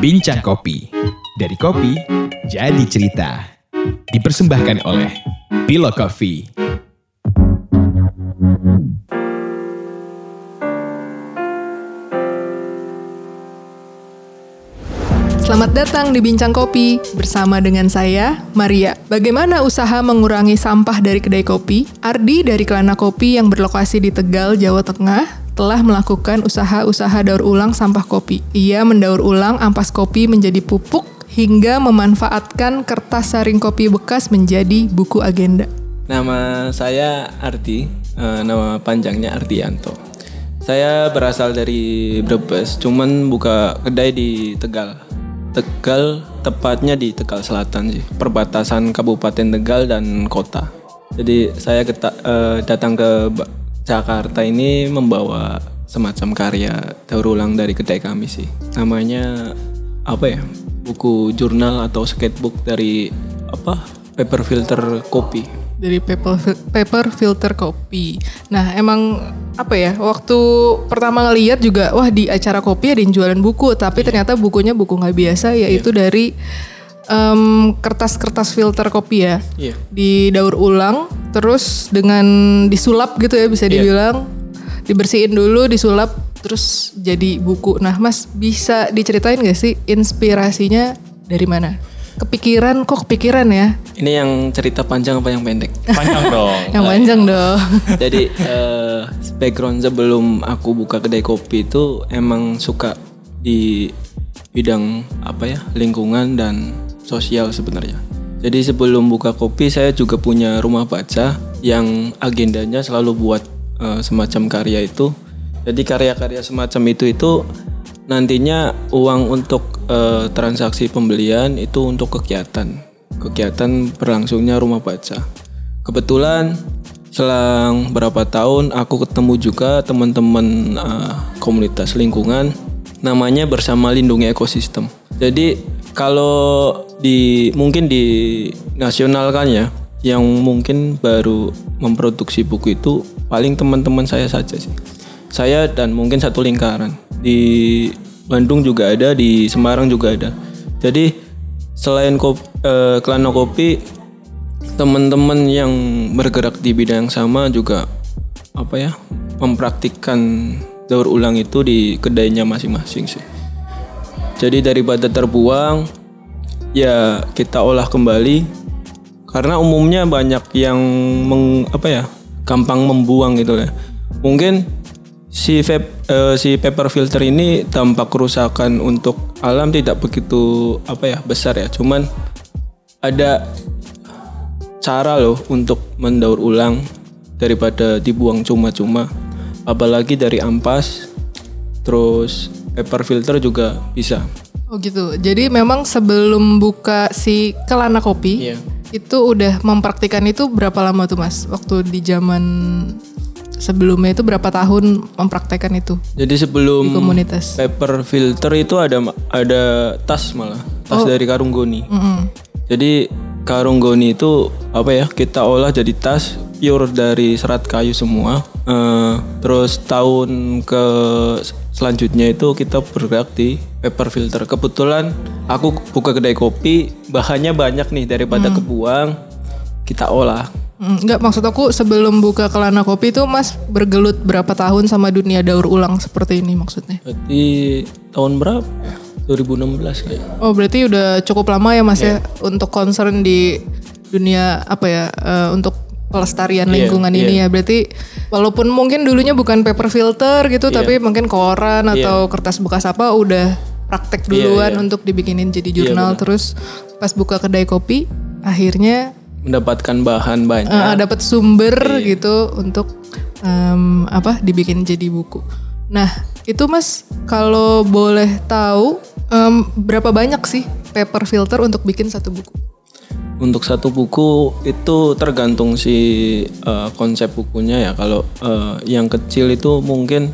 Bincang Kopi. Dari kopi, jadi cerita. Dipersembahkan oleh Bilo Coffee. Selamat datang di Bincang Kopi bersama dengan saya, Maria. Bagaimana usaha mengurangi sampah dari kedai kopi? Ardi dari Kelana Kopi yang berlokasi di Tegal, Jawa Tengah, telah melakukan usaha-usaha daur ulang sampah kopi. Ia mendaur ulang ampas kopi menjadi pupuk hingga memanfaatkan kertas saring kopi bekas menjadi buku agenda. Nama saya Ardi, nama panjangnya Ardianto. Saya berasal dari Brebes, cuman buka kedai di Tegal. Tegal, tepatnya di Tegal Selatan sih, perbatasan Kabupaten Tegal dan kota. Jadi saya datang ke Jakarta ini membawa semacam karya daur ulang dari kedai kami sih. Namanya buku jurnal atau sketchbook dari paper filter kopi. Dari paper filter kopi. Nah, emang waktu pertama ngeliat juga, wah di acara kopi ada yang jualan buku, tapi ternyata bukunya buku nggak biasa, yaitu dari kertas-kertas filter kopi ya. Didaur ulang, terus dengan disulap gitu ya bisa dibilang, dibersihin dulu, disulap, terus jadi buku. Nah, Mas bisa diceritain gak sih inspirasinya dari mana? Kepikiran ya? Ini yang cerita panjang apa yang pendek? Panjang dong. Yang panjang dong. Jadi background sebelum aku buka kedai kopi itu emang suka di bidang lingkungan dan sosial sebenarnya. Jadi sebelum buka kopi saya juga punya rumah baca yang agendanya selalu buat semacam karya itu. Jadi karya-karya semacam itu nantinya uang untuk transaksi pembelian itu untuk kegiatan berlangsungnya rumah baca. Kebetulan selang berapa tahun aku ketemu juga teman-teman komunitas lingkungan, namanya Bersama Lindungi Ekosistem. Jadi kalau mungkin di nasional kan ya, yang mungkin baru memproduksi buku itu paling teman-teman saya saja sih. Saya dan mungkin satu lingkaran. Di Bandung juga ada, di Semarang juga ada. Jadi selain Kelana Kopi, teman-teman yang bergerak di bidang yang sama juga mempraktikkan daur ulang itu di kedainya masing-masing sih. Jadi daripada terbuang, ya kita olah kembali. Karena umumnya banyak yang gampang membuang gitu ya. Mungkin si paper filter ini dampak kerusakan untuk alam tidak begitu besar ya. Cuman ada cara loh untuk mendaur ulang daripada dibuang cuma-cuma. Apalagi dari ampas, terus paper filter juga bisa. Oh gitu. Jadi memang sebelum buka si Kelana Kopi, itu udah mempraktikkan itu berapa lama tuh Mas? Waktu di zaman sebelumnya itu berapa tahun mempraktekkan itu? Jadi sebelum di komunitas paper filter itu ada tas malah, tas dari karung goni. Jadi karung goni itu kita olah jadi tas pure dari serat kayu semua. Terus tahun selanjutnya itu kita bergerak di paper filter. Kebetulan aku buka kedai kopi, bahannya banyak nih, daripada kebuang kita olah. Enggak, maksud aku sebelum buka Kelana Kopi itu Mas bergelut berapa tahun sama dunia daur ulang seperti ini maksudnya? Berarti tahun berapa? 2016 kayak. Oh berarti udah cukup lama ya Mas ya untuk concern di dunia untuk pelestarian lingkungan ini ya. Berarti walaupun mungkin dulunya bukan paper filter gitu, tapi mungkin koran atau kertas bekas udah praktek duluan untuk dibikinin jadi jurnal. Terus pas buka kedai kopi akhirnya mendapatkan bahan banyak, dapat sumber gitu untuk dibikin jadi buku. Nah itu Mas kalau boleh tahu berapa banyak sih paper filter untuk bikin satu buku? Untuk satu buku itu tergantung konsep bukunya ya. Kalau yang kecil itu mungkin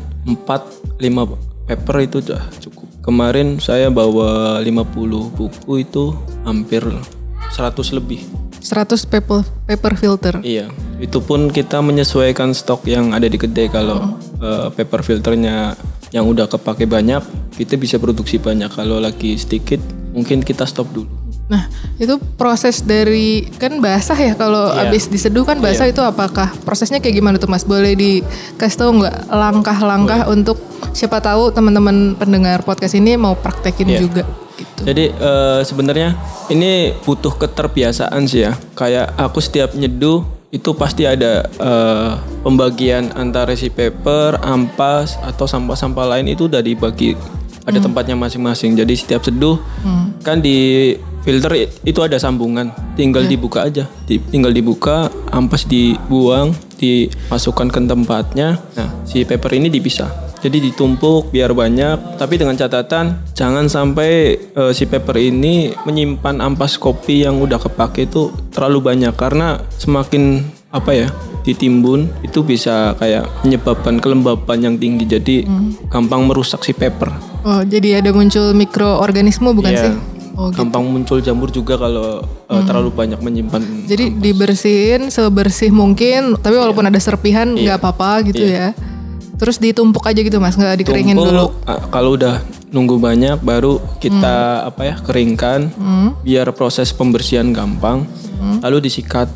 4-5 paper itu udah cukup. Kemarin saya bawa 50 buku itu hampir 100 lebih. 100 paper filter. Iya, itu pun kita menyesuaikan stok yang ada di kedai. Kalau paper filternya yang udah kepake banyak, kita bisa produksi banyak. Kalau lagi sedikit, mungkin kita stop dulu. Nah, itu proses dari kan basah ya kalau habis diseduh kan basah itu apakah prosesnya kayak gimana tuh Mas? Boleh dikasih tahu nggak langkah-langkah untuk siapa tahu teman-teman pendengar podcast ini mau praktekin juga gitu. Jadi sebenarnya ini butuh keterbiasaan sih ya. Kayak aku setiap nyeduh itu pasti ada pembagian antara si paper, ampas atau sampah-sampah lain itu udah dibagi ada tempatnya masing-masing. Jadi setiap seduh kan di filter itu ada sambungan, tinggal dibuka aja, tinggal dibuka, ampas dibuang, dimasukkan ke tempatnya. Nah, si paper ini dipisah. Jadi ditumpuk biar banyak, tapi dengan catatan jangan sampai si paper ini menyimpan ampas kopi yang udah kepake itu terlalu banyak, karena semakin ditimbun itu bisa kayak menyebabkan kelembapan yang tinggi, jadi gampang merusak si paper. Oh, jadi ada muncul mikroorganisme bukan sih? Oh, gampang muncul jamur juga kalau terlalu banyak menyimpan. Jadi dibersihin sebersih mungkin, tapi walaupun ada serpihan nggak apa-apa gitu ya. Terus ditumpuk aja gitu Mas, nggak dikeringin dulu. Kalau udah nunggu banyak baru kita keringkan biar proses pembersihan gampang. Lalu disikat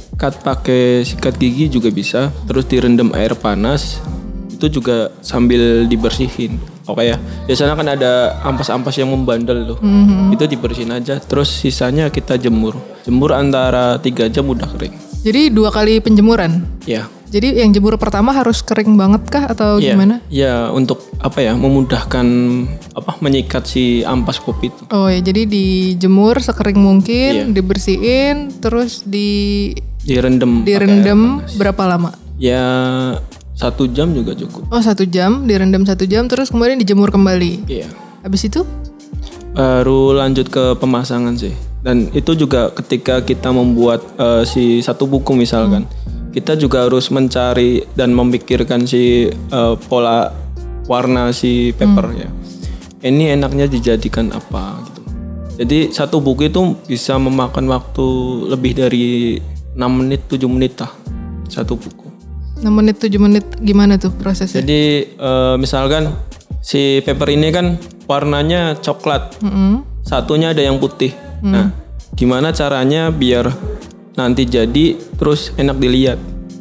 pakai sikat gigi juga bisa. Terus direndam air panas. Itu juga sambil dibersihin. Oke ya. Biasanya kan ada ampas-ampas yang membandel tuh. Itu dibersihin aja. Terus sisanya kita jemur. Jemur antara 3 jam udah kering. Jadi 2 kali penjemuran? Ya. Jadi yang jemur pertama harus kering banget kah atau gimana? Iya, untuk memudahkan menyikat si ampas kopi itu. Oh ya, jadi dijemur sekering mungkin, dibersihin, terus direndam berapa lama? Ya 1 jam juga cukup. Oh 1 jam, direndam 1 jam, terus kemudian dijemur kembali. Iya. Habis itu? Baru lanjut ke pemasangan sih. Dan itu juga ketika kita membuat si satu buku misalkan. Kita juga harus mencari dan memikirkan si pola warna si paper ya. Ini enaknya dijadikan apa gitu. Jadi satu buku itu bisa memakan waktu lebih dari 6 menit 7 menit lah. Satu buku. 6 menit 7 menit gimana tuh prosesnya? Jadi misalkan si paper ini kan warnanya coklat. Satunya ada yang putih. Nah, gimana caranya biar nanti jadi terus enak dilihat.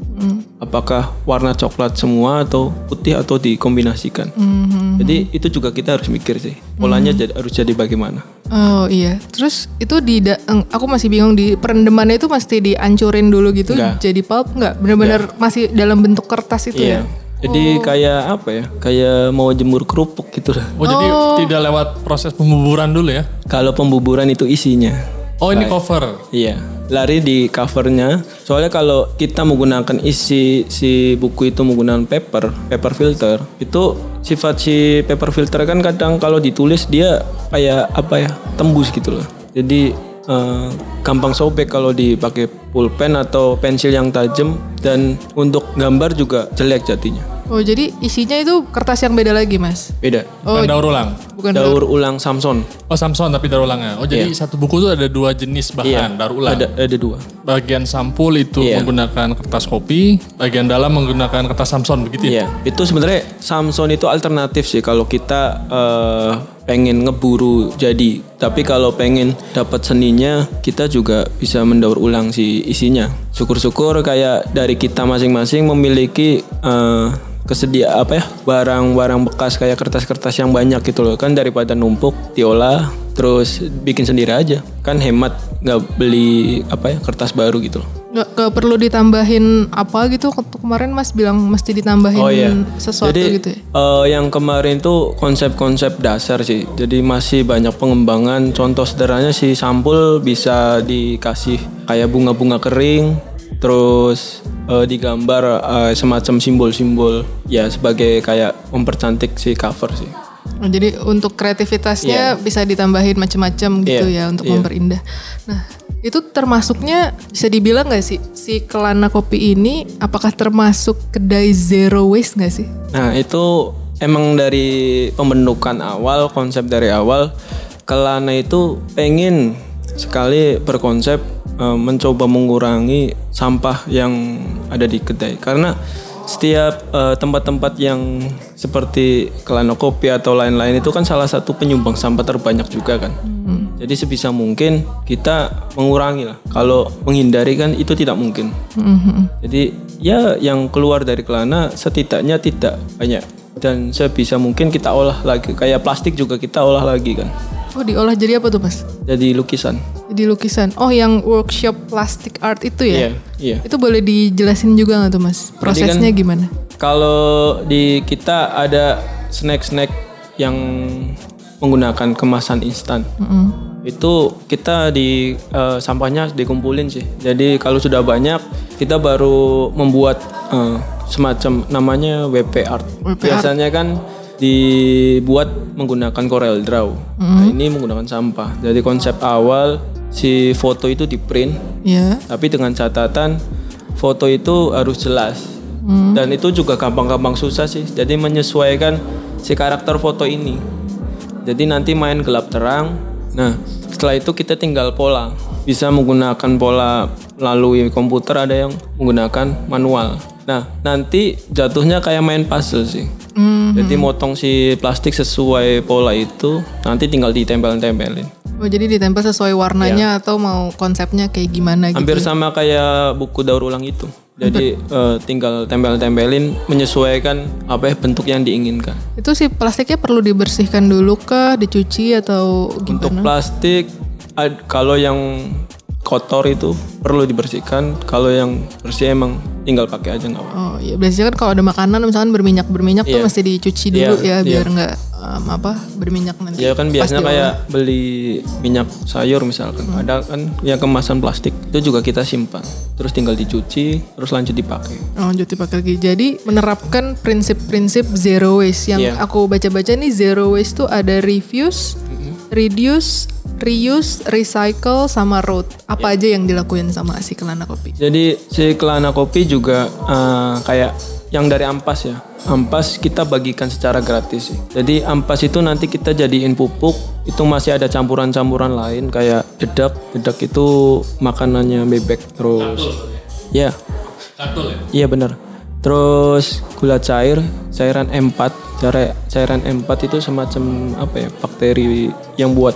Apakah warna coklat semua atau putih atau dikombinasikan. Jadi itu juga kita harus mikir sih. Polanya harus jadi bagaimana. Oh iya. Terus itu aku masih bingung di perendamannya itu mesti dihancurin dulu gitu. Enggak. Jadi pulp enggak? Benar-benar masih dalam bentuk kertas itu ya? Jadi kayak kayak mau jemur kerupuk gitu lah. Oh jadi tidak lewat proses pembuburan dulu ya? Kalau pembuburan itu isinya. Oh ini cover? Iya, lari di covernya. Soalnya kalau kita menggunakan isi si buku itu menggunakan paper filter, itu sifat si paper filter kan kadang kalau ditulis dia kayak tembus gitu loh. Jadi gampang sobek kalau dipakai pulpen atau pensil yang tajam, dan untuk gambar juga jelek jadinya. Oh jadi isinya itu kertas yang beda lagi Mas? Beda. Bukan daur ulang? Bukan daur ulang Samson. Oh Samson tapi daur ulangnya. Oh jadi satu buku tuh ada 2 jenis bahan daur ulang? Ada 2. Bagian sampul itu menggunakan kertas kopi, bagian dalam menggunakan kertas Samson begitu ya? Iya, itu sebenarnya Samson itu alternatif sih kalau kita pengen ngeburu jadi. Tapi kalau pengen dapat seninya, kita juga bisa mendaur ulang si isinya. Syukur-syukur kayak dari kita masing-masing memiliki barang-barang bekas kayak kertas-kertas yang banyak gitu loh, kan daripada numpuk diolah terus bikin sendiri aja, kan hemat, nggak beli kertas baru gitu loh. Nggak perlu ditambahin apa gitu? Kemarin Mas bilang mesti ditambahin sesuatu. Jadi, gitu ya? Yang kemarin tuh konsep-konsep dasar sih, jadi masih banyak pengembangan. Contoh sederhananya si sampul bisa dikasih kayak bunga-bunga kering, terus digambar semacam simbol-simbol ya sebagai kayak mempercantik si cover sih. Oh, jadi untuk kreativitasnya bisa ditambahin macam-macam gitu ya untuk memperindah. Nah itu termasuknya bisa dibilang nggak sih si Kelana Kopi ini apakah termasuk kedai zero waste nggak sih? Nah itu emang dari pembentukan awal, konsep dari awal Kelana itu pengen sekali berkonsep mencoba mengurangi sampah yang ada di kedai, karena setiap tempat-tempat yang seperti Kelana Kopi atau lain-lain itu kan salah satu penyumbang sampah terbanyak juga kan. Jadi sebisa mungkin kita mengurangi lah. Kalau menghindari kan itu tidak mungkin. Jadi ya yang keluar dari Kelana setidaknya tidak banyak. Dan sebisa mungkin kita olah lagi. Kayak plastik juga kita olah lagi kan. Oh, diolah jadi apa tuh, Mas? Jadi lukisan. Jadi lukisan. Oh, yang workshop plastic art itu ya? Iya. Itu boleh dijelasin juga nggak tuh, Mas? Prosesnya kan, gimana? Kalau di kita ada snack-snack yang menggunakan kemasan instan. Itu kita di sampahnya dikumpulin sih. Jadi kalau sudah banyak kita baru membuat semacam namanya WP art. Biasanya kan dibuat menggunakan Corel Draw. Nah, ini menggunakan sampah. Jadi konsep awal si foto itu di print. Tapi dengan catatan foto itu harus jelas. Dan itu juga gampang-gampang susah sih. Jadi menyesuaikan si karakter foto ini. Jadi nanti main gelap terang. Nah, setelah itu kita tinggal pola. Bisa menggunakan pola melalui komputer, ada yang menggunakan manual. Nah, nanti jatuhnya kayak main puzzle sih. Jadi motong si plastik sesuai pola itu, nanti tinggal ditempel-tempelin. Oh, jadi ditempel sesuai warnanya atau mau konsepnya kayak gimana gitu? Hampir sama kayak buku daur ulang itu. Jadi tinggal tempel-tempelin menyesuaikan bentuk yang diinginkan. Itu si plastiknya perlu dibersihkan dulu kah, dicuci atau gimana? Untuk plastik kalau yang kotor itu perlu dibersihkan. Kalau yang bersih emang tinggal pakai aja nggak apa-apa. Oh iya, biasanya kan kalau ada makanan misalkan berminyak tuh mesti dicuci dulu biar nggak berminyak nanti. Ya kan biasanya kayak beli minyak sayur misalkan, ada kan yang kemasan plastik itu juga kita simpan, terus tinggal dicuci, terus lanjut dipakai. Oh, lanjut dipakai lagi. Jadi menerapkan prinsip-prinsip zero waste yang aku baca-baca nih. Zero waste tuh ada refuse, reduce, reuse, recycle, sama road. Apa aja yang dilakuin sama si Kelana Kopi? Jadi si Kelana Kopi juga kayak yang dari ampas ya. Ampas kita bagikan secara gratis sih. Jadi ampas itu nanti kita jadiin pupuk. Itu masih ada campuran-campuran lain kayak dedak. Dedak itu makanannya bebek. Terus Katul ya? Iya benar. Terus gula cair, cairan M4. Cairan M4 itu semacam bakteri yang buat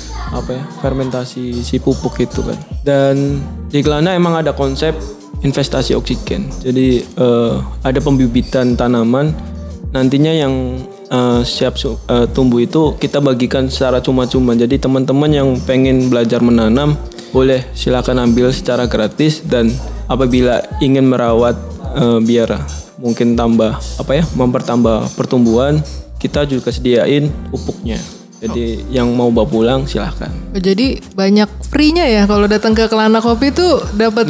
fermentasi si pupuk itu kan. Dan di Kelana emang ada konsep investasi oksigen. Jadi ada pembibitan tanaman, nantinya yang siap tumbuh itu kita bagikan secara cuma-cuma. Jadi teman-teman yang pengen belajar menanam boleh silakan ambil secara gratis, dan apabila ingin merawat biar mungkin mempertambah pertumbuhan, kita juga sediain pupuknya. Jadi yang mau bawa pulang silahkan. Jadi banyak free-nya ya kalau datang ke Kelana Kopi tuh dapat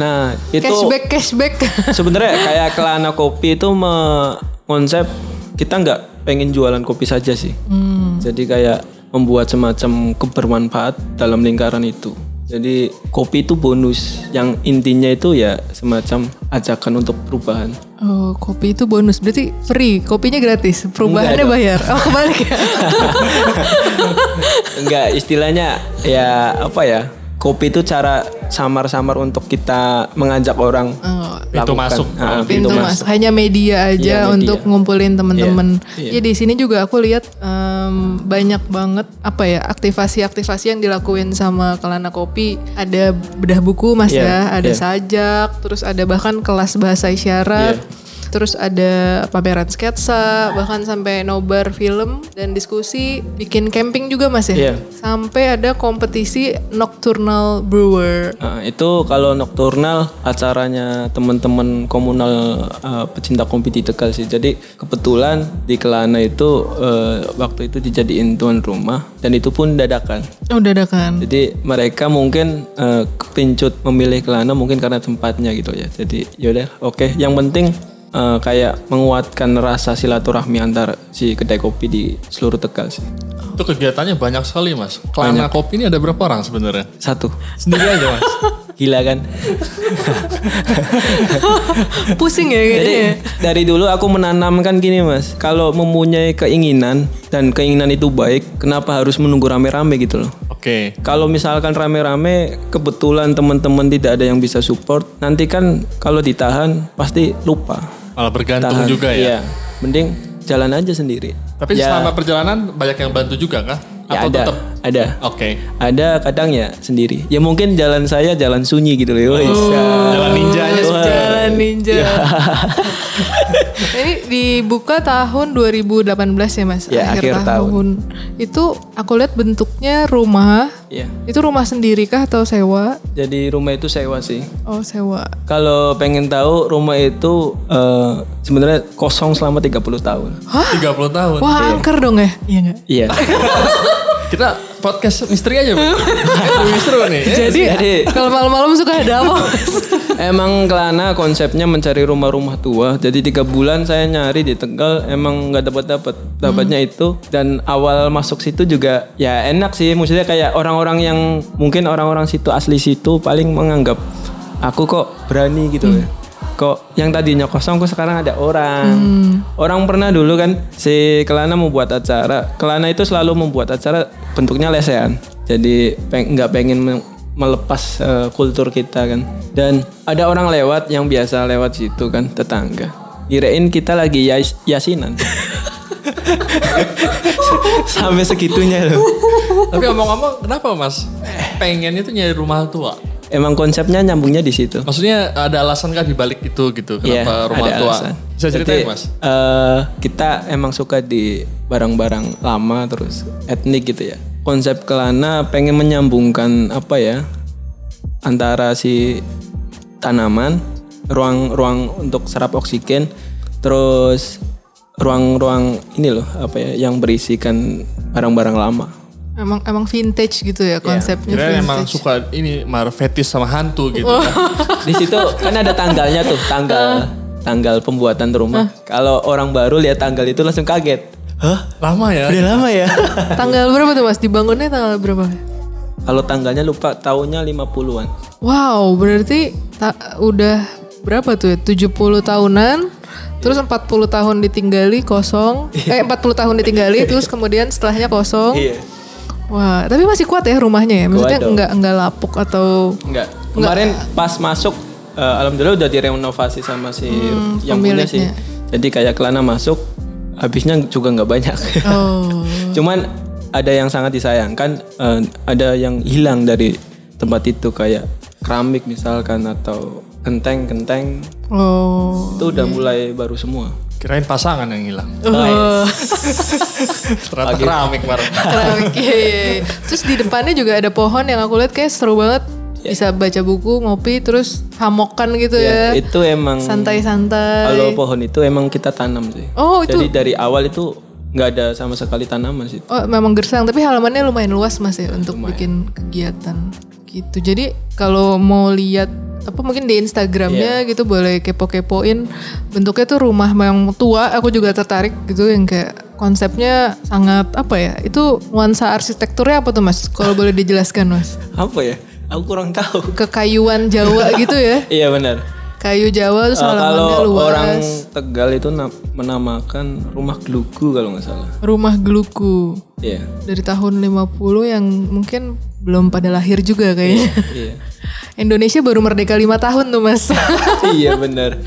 cashback. Sebenarnya kayak Kelana Kopi itu konsep kita nggak pengen jualan kopi saja sih. Jadi kayak membuat semacam kebermanfaat dalam lingkaran itu. Jadi kopi itu bonus, yang intinya itu ya semacam ajakan untuk perubahan. Oh, kopi itu bonus, berarti free, kopinya gratis, perubahannya bayar. Oh, kebalik ya? Enggak, istilahnya kopi itu cara samar-samar untuk kita mengajak orang. Pintu masuk. Pintu masuk. Hanya media aja untuk ngumpulin teman-teman. Ya di sini juga aku lihat banyak banget aktivasi-aktivasi yang dilakuin sama Kelana Kopi. Ada bedah buku Mas ada sajak, terus ada bahkan kelas bahasa isyarat. Terus ada pameran sketsa, bahkan sampai nobar film dan diskusi, bikin camping juga Mas ya? Sampai ada kompetisi nocturnal brewer. Itu kalau nocturnal acaranya teman-teman komunal pecinta kopi di Tegal sih. Jadi kebetulan di Kelana itu waktu itu dijadiin tuan rumah, dan itu pun dadakan. Oh, dadakan. Jadi mereka mungkin kepincut memilih Kelana mungkin karena tempatnya gitu ya. Jadi yaudah oke. Yang penting kayak menguatkan rasa silaturahmi antar si kedai kopi di seluruh Tegal sih. Itu kegiatannya banyak sekali Mas. Kelana Kopi ini ada berapa orang sebenarnya? 1. Sendiri aja Mas. Gila kan? Pusing ya kayaknya. Jadi dari dulu aku menanamkan gini Mas. Kalau mempunyai keinginan dan keinginan itu baik, kenapa harus menunggu rame-rame gitu loh? Oke. Kalau misalkan rame-rame, kebetulan teman-teman tidak ada yang bisa support, nanti kan kalau ditahan pasti lupa. Malah bergantung tahan. juga ya. Iya, mending jalan aja sendiri. Tapi selama perjalanan banyak yang bantu juga kah? Ya Atau ada, tetap? ada. Oke. Ada kadang ya sendiri. Ya mungkin jalan saya jalan sunyi gitu loh. Jalan ninja aja. Jalan ninja. Ini dibuka tahun 2018 ya Mas? Ya, akhir tahun. Itu aku lihat bentuknya rumah. Iya. Itu rumah sendiri kah atau sewa? Jadi rumah itu sewa sih. Oh sewa. Kalau pengen tahu rumah itu sebenarnya kosong selama 30 tahun. Hah? 30 tahun. Wah angker dong ya? Iya nggak? Iya. Kita podcast misteri aja, Bu. Lebih seru nih. Jadi kalau malam-malam suka ada apa? Emang Kelana konsepnya mencari rumah-rumah tua. Jadi 3 bulan saya nyari di Tegal emang nggak dapatnya itu. Dan awal masuk situ juga ya enak sih. Maksudnya kayak orang-orang yang mungkin orang-orang situ asli situ paling menganggap aku kok berani gitu ya. Kok yang tadinya kosong kok sekarang ada orang. Orang pernah dulu kan si Kelana membuat acara. Kelana itu selalu membuat acara bentuknya lesehan. Jadi nggak pengen melepas kultur kita kan. Dan ada orang lewat yang biasa lewat situ kan, tetangga. Kirain kita lagi yasinan. Sampai segitunya loh. Tapi ngomong-ngomong kenapa Mas pengen itu nyari rumah tua? Emang konsepnya nyambungnya di situ. Maksudnya ada alasan kah dibalik itu gitu? Kenapa rumah ada tua? alasan. Bisa ceritain Jadi, Mas? Kita emang suka di barang-barang lama terus etnik gitu ya. Konsep Kelana pengen menyambungkan apa ya antara si tanaman, ruang-ruang untuk serap oksigen, terus ruang-ruang ini loh apa ya yang berisikan barang-barang lama. Emang vintage gitu ya konsepnya. Kira vintage. emang suka ini fetis sama hantu gitu. Di situ kan ada tanggalnya tuh, tanggal pembuatan rumah. Kalau orang baru lihat tanggal itu langsung kaget. Hah? Lama ya? Udah lama ya? Tanggal berapa tuh Mas? Dibangunnya tanggal berapa? Kalau tanggalnya lupa, tahunnya 50-an. Wow, berarti udah berapa tuh ya? 70 tahunan. Terus 40 tahun ditinggali kosong. 40 tahun ditinggali terus kemudian setelahnya kosong. Iya. Wah, tapi masih kuat ya rumahnya ya? Maksudnya enggak lapuk atau Enggak. Kemarin pas masuk alhamdulillah udah direnovasi sama si yang punya sih. Jadi kayak Kelana masuk habisnya juga nggak banyak. Oh. Cuman ada yang sangat disayangkan, ada yang hilang dari tempat itu kayak keramik misalkan atau genteng-genteng. Oh. Itu udah mulai baru semua. Kirain pasangan yang hilang. Ternyata keramik bareng. Keramik, iya. Terus di depannya juga ada pohon yang aku lihat kayak seru banget. Bisa baca buku, ngopi, terus hamokan gitu ya. Itu emang santai-santai. Kalau pohon itu emang kita tanam sih. Oh itu. Jadi dari awal itu nggak ada sama sekali tanaman sih. Oh memang gersang, tapi halamannya lumayan luas Mas ya untuk bikin kegiatan gitu. Jadi kalau mau lihat apa mungkin di Instagramnya gitu boleh kepo-kepoin. Bentuknya tuh rumah yang tua. Aku juga tertarik gitu yang kayak konsepnya sangat apa ya? Itu nuansa arsitekturnya apa tuh Mas? Kalau boleh dijelaskan Mas? Apa ya? Aku kurang tahu. Kekayuan Jawa gitu ya? Iya benar. Kayu Jawa terus halamannya kalau luas. orang Tegal itu menamakan rumah gelugu kalau nggak salah. Rumah gelugu. Iya. Dari tahun 50 yang mungkin belum pada lahir juga kayaknya. Iya. Indonesia baru merdeka 5 tahun tuh Mas. Iya benar.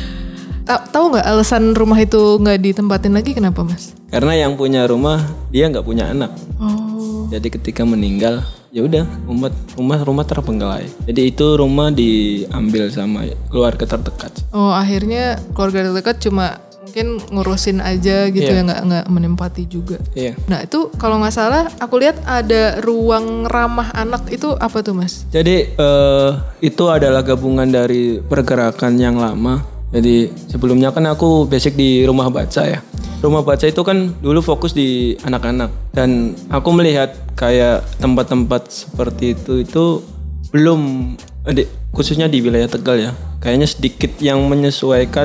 Tahu nggak alasan rumah itu nggak ditempatin lagi kenapa Mas? Karena yang punya rumah dia nggak punya anak. Oh. Jadi ketika meninggal ya udah rumah terbengkalai. Jadi itu rumah diambil sama keluarga terdekat. Oh akhirnya keluarga terdekat cuma mungkin ngurusin aja gitu ya nggak menempati juga. Iya. Nah itu kalau nggak salah aku lihat ada ruang ramah anak itu apa tuh Mas? Jadi itu adalah gabungan dari pergerakan yang lama. Jadi sebelumnya kan aku basic di rumah baca ya. Rumah baca itu kan dulu fokus di anak-anak dan aku melihat kayak tempat-tempat seperti itu belum khususnya di wilayah Tegal ya. Kayaknya sedikit yang menyesuaikan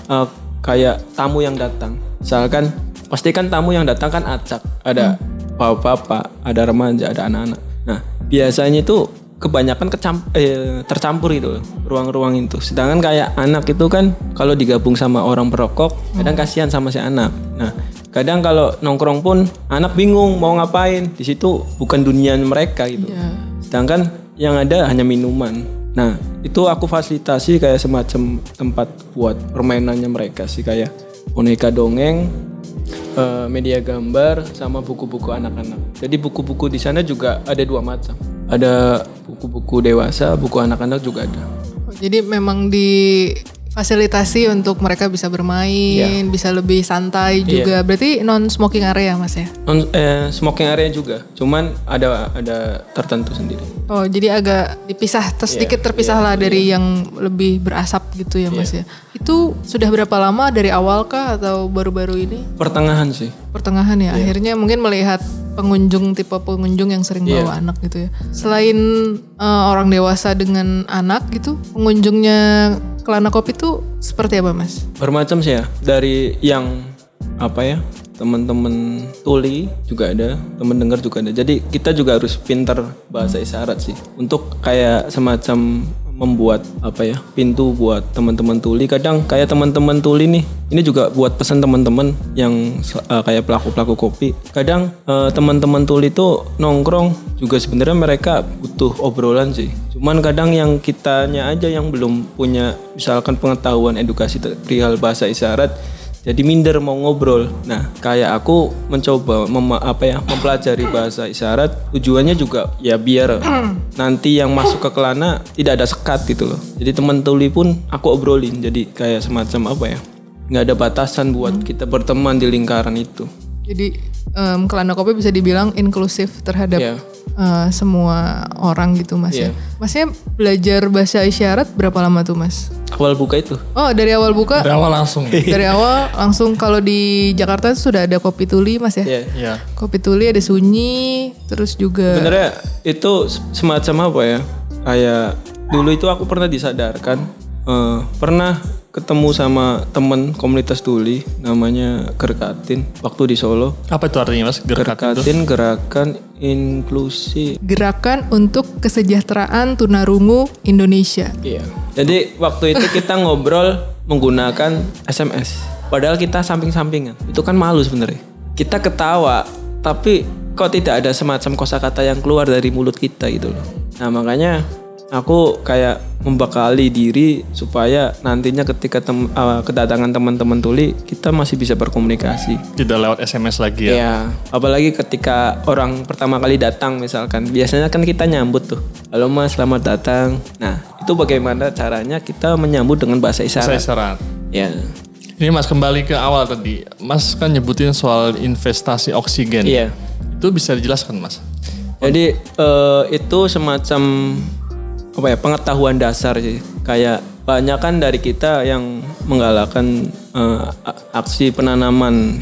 kayak tamu yang datang. Misalkan pastikan tamu yang datang kan acak, ada bapak-bapak, ada remaja, ada anak-anak. Nah, biasanya itu kebanyakan tercampur gitu loh, ruang-ruang itu. Sedangkan kayak anak itu kan kalau digabung sama orang perokok, kadang kasihan sama si anak. Nah, kadang kalau nongkrong pun anak bingung mau ngapain. Di situ bukan dunia mereka gitu. Sedangkan yang ada hanya minuman. Nah, itu aku fasilitasi kayak semacam tempat buat permainannya mereka sih, kayak boneka dongeng, media gambar, sama buku-buku anak-anak. Jadi buku-buku di sana juga ada 2 macam. Ada buku-buku dewasa, buku anak-anak juga ada. Jadi memang difasilitasi untuk mereka bisa bermain, bisa lebih santai juga. Berarti non smoking area Mas ya? Smoking area juga, cuman ada tertentu sendiri. Oh, jadi agak dipisah, sedikit terpisah lah dari yang lebih berasap gitu ya Mas ya. Itu sudah berapa lama, dari awal kah atau baru-baru ini? Pertengahan sih. Pertengahan ya. Akhirnya mungkin melihat tipe pengunjung yang sering bawa anak gitu ya. Selain orang dewasa dengan anak gitu, pengunjungnya Kelana Kopi itu seperti apa Mas? Bermacam sih ya. Dari yang teman-teman tuli juga ada, teman dengar juga ada. Jadi kita juga harus pintar bahasa isyarat sih. Untuk kayak semacam membuat pintu buat teman-teman tuli. Kadang kayak teman-teman tuli nih, ini juga buat pesan teman-teman yang kayak pelaku-pelaku kopi. Kadang teman-teman tuli itu nongkrong juga sebenarnya mereka butuh obrolan sih. Cuman kadang yang kitanya aja yang belum punya misalkan pengetahuan edukasi perihal bahasa isyarat, jadi minder mau ngobrol. Nah, kayak aku mencoba mempelajari bahasa isyarat, tujuannya juga ya biar nanti yang masuk ke Kelana tidak ada sekat gitu loh. Jadi teman tuli pun aku obrolin. Jadi kayak semacam nggak ada batasan buat kita berteman di lingkaran itu. Jadi Kelana Kopi bisa dibilang inklusif terhadap semua orang gitu Mas ya. Masnya belajar bahasa isyarat berapa lama tuh Mas? Awal buka itu. Oh, dari awal buka? Dari awal langsung. Dari awal langsung. Kalau di Jakarta sudah ada Kopi Tuli Mas ya? Iya. Kopi Tuli, ada Sunyi, terus juga. Sebenarnya itu semacam kayak dulu itu aku pernah disadarkan, pernah ketemu sama temen komunitas tuli namanya Gerkatin waktu di Solo. Apa itu artinya Mas? Gerkatin Gerakan Inklusi. Gerakan untuk Kesejahteraan Tunarungu Indonesia. Iya. Jadi waktu itu kita ngobrol menggunakan SMS. Padahal kita samping-sampingan. Itu kan malu sebenarnya. Kita ketawa, tapi kok tidak ada semacam kosakata yang keluar dari mulut kita gitu loh. Nah makanya aku kayak membekali diri supaya nantinya ketika kedatangan teman-teman tuli kita masih bisa berkomunikasi. Tidak lewat SMS lagi ya? Iya, apalagi ketika orang pertama kali datang misalkan. Biasanya kan kita nyambut tuh. Halo Mas, selamat datang. Nah, itu bagaimana caranya kita menyambut dengan bahasa isyarat. Bahasa isyarat. Ya. Ini Mas kembali ke awal tadi. Mas kan nyebutin soal investasi oksigen. Iya. Itu bisa dijelaskan Mas? Jadi itu semacam pengetahuan dasar sih. Kayak banyak kan dari kita yang menggalakkan aksi penanaman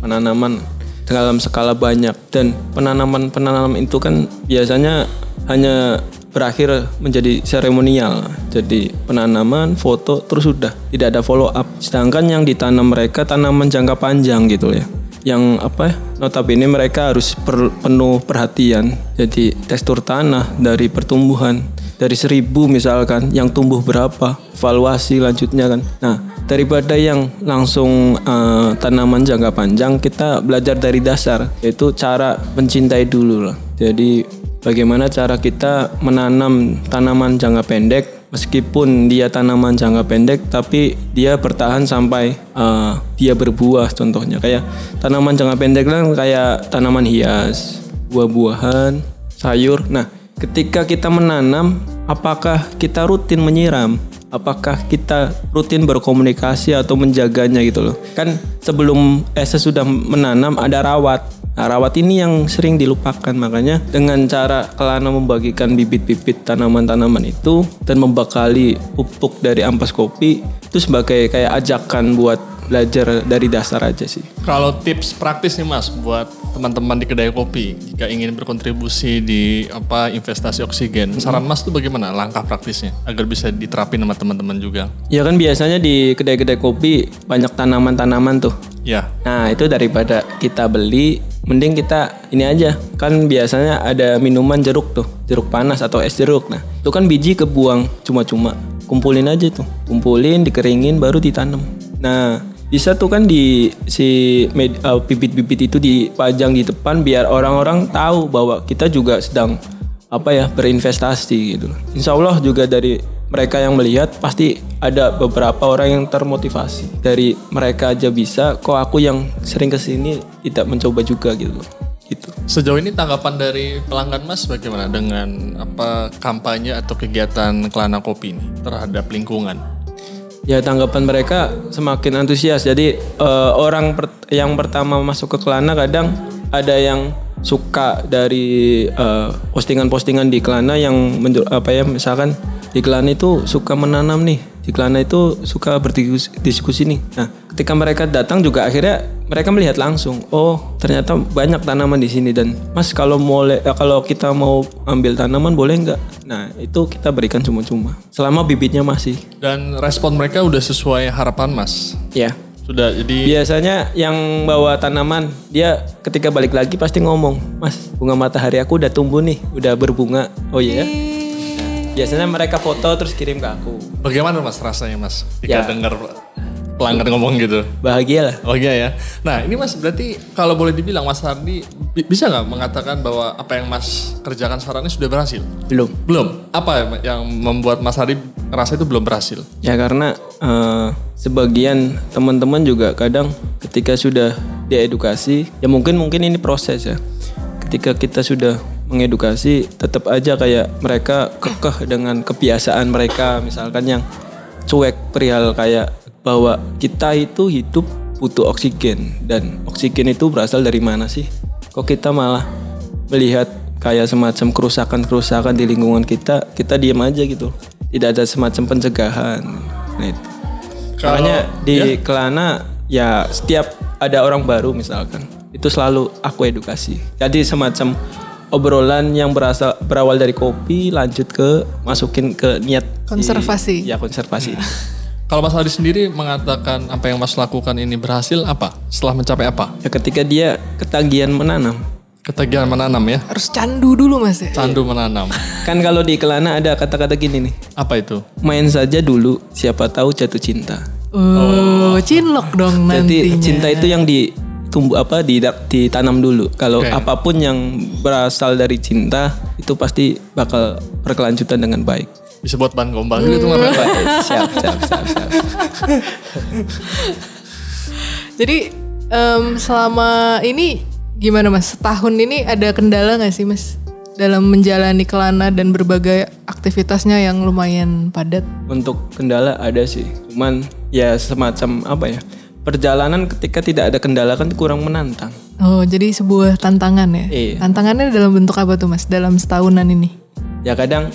dalam skala banyak, dan penanaman itu kan biasanya hanya berakhir menjadi seremonial. Jadi penanaman, foto, terus sudah tidak ada follow up. Sedangkan yang ditanam mereka tanaman jangka panjang gitu ya. Yang notabene mereka harus penuh perhatian. Jadi tekstur tanah dari pertumbuhan dari 1000 misalkan, yang tumbuh berapa, evaluasi lanjutnya kan. Nah, daripada yang langsung tanaman jangka panjang, kita belajar dari dasar, yaitu cara mencintai dulu lah. Jadi bagaimana cara kita menanam tanaman jangka pendek, meskipun dia tanaman jangka pendek, tapi dia bertahan sampai dia berbuah. Contohnya kayak tanaman jangka pendek kan kayak tanaman hias, buah-buahan, sayur. Nah, ketika kita menanam, apakah kita rutin menyiram? Apakah kita rutin berkomunikasi atau menjaganya gitu loh. Kan sesudah menanam ada rawat. Nah, rawat ini yang sering dilupakan. Makanya dengan cara Kelana membagikan bibit-bibit tanaman-tanaman itu dan membekali pupuk dari ampas kopi, itu sebagai kayak ajakan buat belajar dari dasar aja sih. Kalau tips praktis nih Mas buat teman-teman di kedai kopi jika ingin berkontribusi di investasi oksigen, saran Mas tuh bagaimana langkah praktisnya agar bisa diterapin sama teman-teman juga? Ya kan biasanya di kedai-kedai kopi banyak tanaman-tanaman tuh. Ya. Nah, itu daripada kita beli, mending kita ini aja. Kan biasanya ada minuman jeruk tuh, jeruk panas atau es jeruk. Nah, itu kan biji kebuang cuma-cuma. Kumpulin aja tuh. Kumpulin, dikeringin, baru ditanam. Nah, bisa tuh kan bibit-bibit itu dipajang di depan biar orang-orang tahu bahwa kita juga sedang berinvestasi gitu. Insya Allah juga dari mereka yang melihat pasti ada beberapa orang yang termotivasi. Dari mereka aja bisa, kok aku yang sering kesini tidak mencoba juga gitu. Sejauh ini tanggapan dari pelanggan Mas bagaimana dengan kampanye atau kegiatan Kelana Kopi ini terhadap lingkungan? Ya tanggapan mereka semakin antusias. Jadi orang yang pertama masuk ke Kelana kadang ada yang suka dari postingan-postingan di Kelana yang misalkan di Kelana itu suka menanam nih, di Kelana itu suka berdiskusi nih. Nah, ketika mereka datang juga akhirnya mereka melihat langsung, oh ternyata banyak tanaman di sini dan Mas kalau kita mau ambil tanaman boleh nggak? Nah itu kita berikan cuma-cuma selama bibitnya masih. Dan respon mereka udah sesuai harapan Mas? Ya. Sudah, jadi biasanya yang bawa tanaman dia ketika balik lagi pasti ngomong, Mas bunga matahari aku udah tumbuh nih, udah berbunga. Oh iya. Nah, biasanya mereka foto terus kirim ke aku. Bagaimana Mas rasanya Mas jika dengar pelanggan ngomong gitu? Bahagia lah. Oh iya ya. Nah ini Mas berarti kalau boleh dibilang Mas Hardi bisa nggak mengatakan bahwa apa yang Mas kerjakan sekarang ini sudah berhasil? Belum. Apa yang membuat Mas Hardi ngerasa itu belum berhasil? Ya karena sebagian teman-teman juga kadang ketika sudah diedukasi, ya mungkin ini proses ya. Ketika kita sudah mengedukasi, tetap aja kayak mereka kekeh dengan kebiasaan mereka, misalkan yang cuek perihal kayak bahwa kita itu hidup butuh oksigen dan oksigen itu berasal dari mana sih? Kok kita malah melihat kayak semacam kerusakan di lingkungan kita diam aja gitu. Tidak ada semacam pencegahan. Nah itu. Makanya di Kelana ya setiap ada orang baru misalkan, itu selalu aku edukasi. Jadi semacam obrolan yang berawal dari kopi lanjut ke masukin ke niat konservasi. Konservasi. Kalau Mas Hardi sendiri mengatakan apa yang Mas lakukan ini berhasil apa? Setelah mencapai apa? Ya ketika dia ketagihan menanam. Ketagihan menanam ya? Harus candu dulu Mas ya? Candu menanam. Kan kalau di Kelana ada kata-kata gini nih. Apa itu? Main saja dulu, siapa tahu jatuh cinta. Cinlok dong nantinya. Jadi cinta itu yang ditanam dulu. Kalau apapun yang berasal dari cinta itu pasti bakal berkelanjutan dengan baik. Bisa buat bahan gombal gitu Mas. Siap. Jadi selama ini gimana Mas? Setahun ini ada kendala gak sih Mas? Dalam menjalani Kelana dan berbagai aktivitasnya yang lumayan padat? Untuk kendala ada sih. Cuman ya semacam perjalanan ketika tidak ada kendala kan kurang menantang. Oh jadi sebuah tantangan ya? Iya. Tantangannya dalam bentuk apa tuh Mas? Dalam setahunan ini? Ya kadang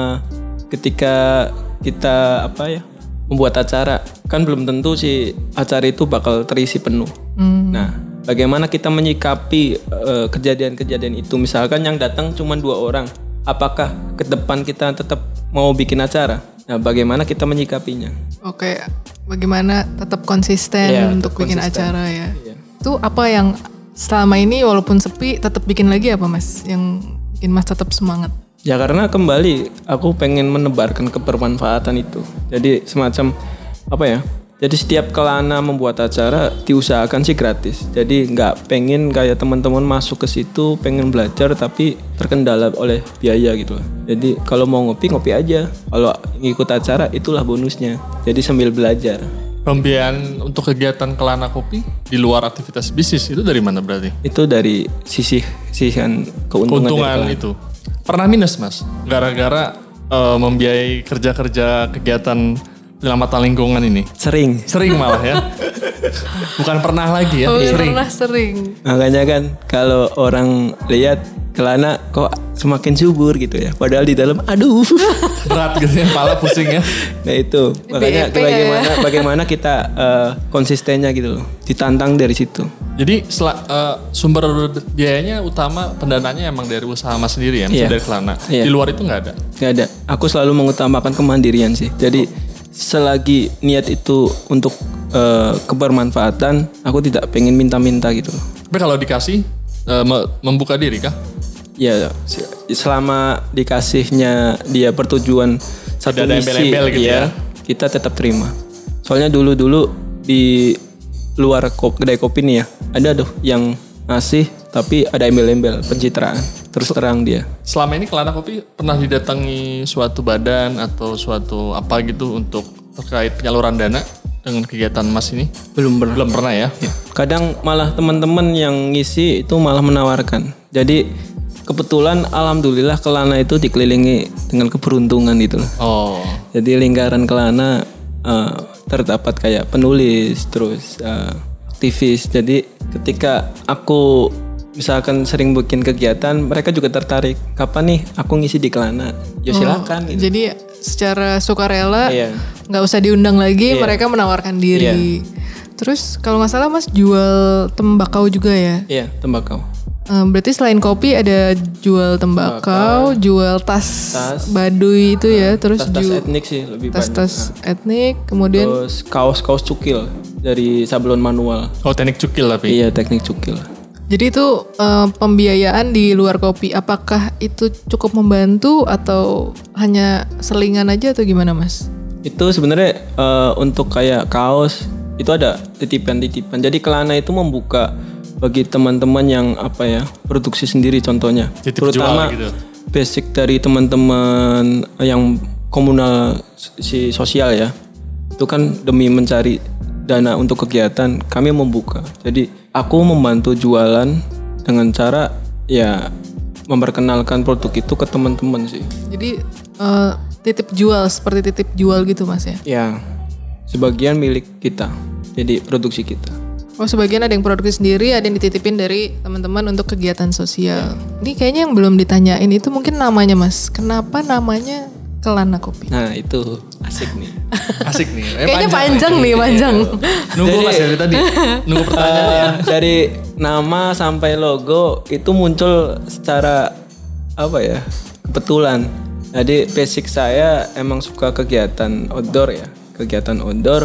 ketika kita membuat acara kan belum tentu si acara itu bakal terisi penuh. Nah, bagaimana kita menyikapi kejadian-kejadian itu? Misalkan yang datang cuma 2 orang, apakah ke depan kita tetap mau bikin acara? Nah, bagaimana kita menyikapinya? Oke, bagaimana tetap konsisten untuk bikin acara ya? Iya. Itu apa yang selama ini walaupun sepi tetap bikin lagi apa Mas? Yang bikin Mas tetap semangat? Ya karena kembali aku pengen menebarkan kebermanfaatan itu. Jadi semacam jadi setiap Kelana membuat acara diusahakan sih gratis. Jadi nggak pengen kayak teman-teman masuk ke situ pengen belajar tapi terkendala oleh biaya gitu. Jadi kalau mau ngopi aja. Kalau ngikut acara itulah bonusnya. Jadi sambil belajar. Pembiayaan untuk kegiatan Kelana Kopi di luar aktivitas bisnis itu dari mana berarti? Itu dari sisihan keuntungan itu. Pernah minus Mas? Gara-gara membiayai kerja-kerja kegiatan penyelamatan lingkungan ini? Sering malah ya. Bukan pernah lagi ya, sering. Makanya kan kalau orang lihat Kelana kok semakin subur gitu ya. Padahal di dalam berat gitu ya, kepala pusing ya. Nah itu makanya bagaimana kita konsistennya gitu loh. Ditantang dari situ. Jadi sumber biayanya utama pendananya emang dari usaha Mas sendiri ya, dari Kelana. Di luar itu nggak ada? Nggak ada. Aku selalu mengutamakan kemandirian sih. Jadi selagi niat itu untuk kebermanfaatan, aku tidak pengen minta-minta gitu loh. Tapi kalau dikasih membuka diri kah? Ya selama dikasihnya dia pertujuan satu misi gitu ya, kita tetap terima. Soalnya dulu di luar kedai kopi nih ya, ada tuh yang ngasih tapi ada embel-embel pencitraan. terus terang dia. Selama ini Kelana Kopi pernah didatangi suatu badan atau suatu apa gitu untuk terkait penyaluran dana dengan kegiatan Mas ini? Belum pernah ya? Kadang malah teman-teman yang ngisi itu malah menawarkan. Jadi kebetulan alhamdulillah Kelana itu dikelilingi dengan keberuntungan gitu loh. Oh. Jadi lingkaran Kelana terdapat kayak penulis, terus aktivis. Jadi ketika aku misalkan sering bikin kegiatan, mereka juga tertarik. Kapan nih aku ngisi di Kelana? Ya silakan. Gitu. Jadi secara sukarela, Iya. nggak usah diundang lagi, Iya. mereka menawarkan diri. Terus kalau nggak salah Mas jual tembakau juga ya? Iya, tembakau. Berarti selain kopi ada jual tembakau, jual tas Baduy itu ya, terus Tas etnik sih lebih banyak. tas etnik, kemudian Terus kaos cukil dari sablon manual. Oh, teknik cukil tapi. Iya, teknik cukil. jadi itu pembiayaan di luar kopi, apakah itu cukup membantu atau hanya selingan aja atau gimana Mas? Itu sebenarnya untuk kayak kaos itu ada titipan-titipan. Jadi Kelana itu membuka bagi teman-teman yang produksi sendiri contohnya. Terutama gitu. basic dari teman-teman yang komunal sosial ya. Itu kan demi mencari dana untuk kegiatan kami membuka. Jadi aku membantu jualan dengan cara ya memperkenalkan produk itu ke teman-teman sih. Jadi titip jual, seperti titip jual gitu Mas ya? Ya, sebagian milik kita. Jadi produksi kita. Oh, sebagian ada yang produksi sendiri, ada yang dititipin dari teman-teman untuk kegiatan sosial. Ini kayaknya yang belum ditanyain itu mungkin namanya Mas. Kenapa namanya Kelana Kopi? Nah itu asik nih. Asik nih. Kayaknya panjang nih, panjang. Nunggu Mas dari tadi. Nunggu pertanyaannya. Dari nama sampai logo itu muncul secara kebetulan. Jadi basic saya emang suka kegiatan outdoor ya. Kegiatan outdoor.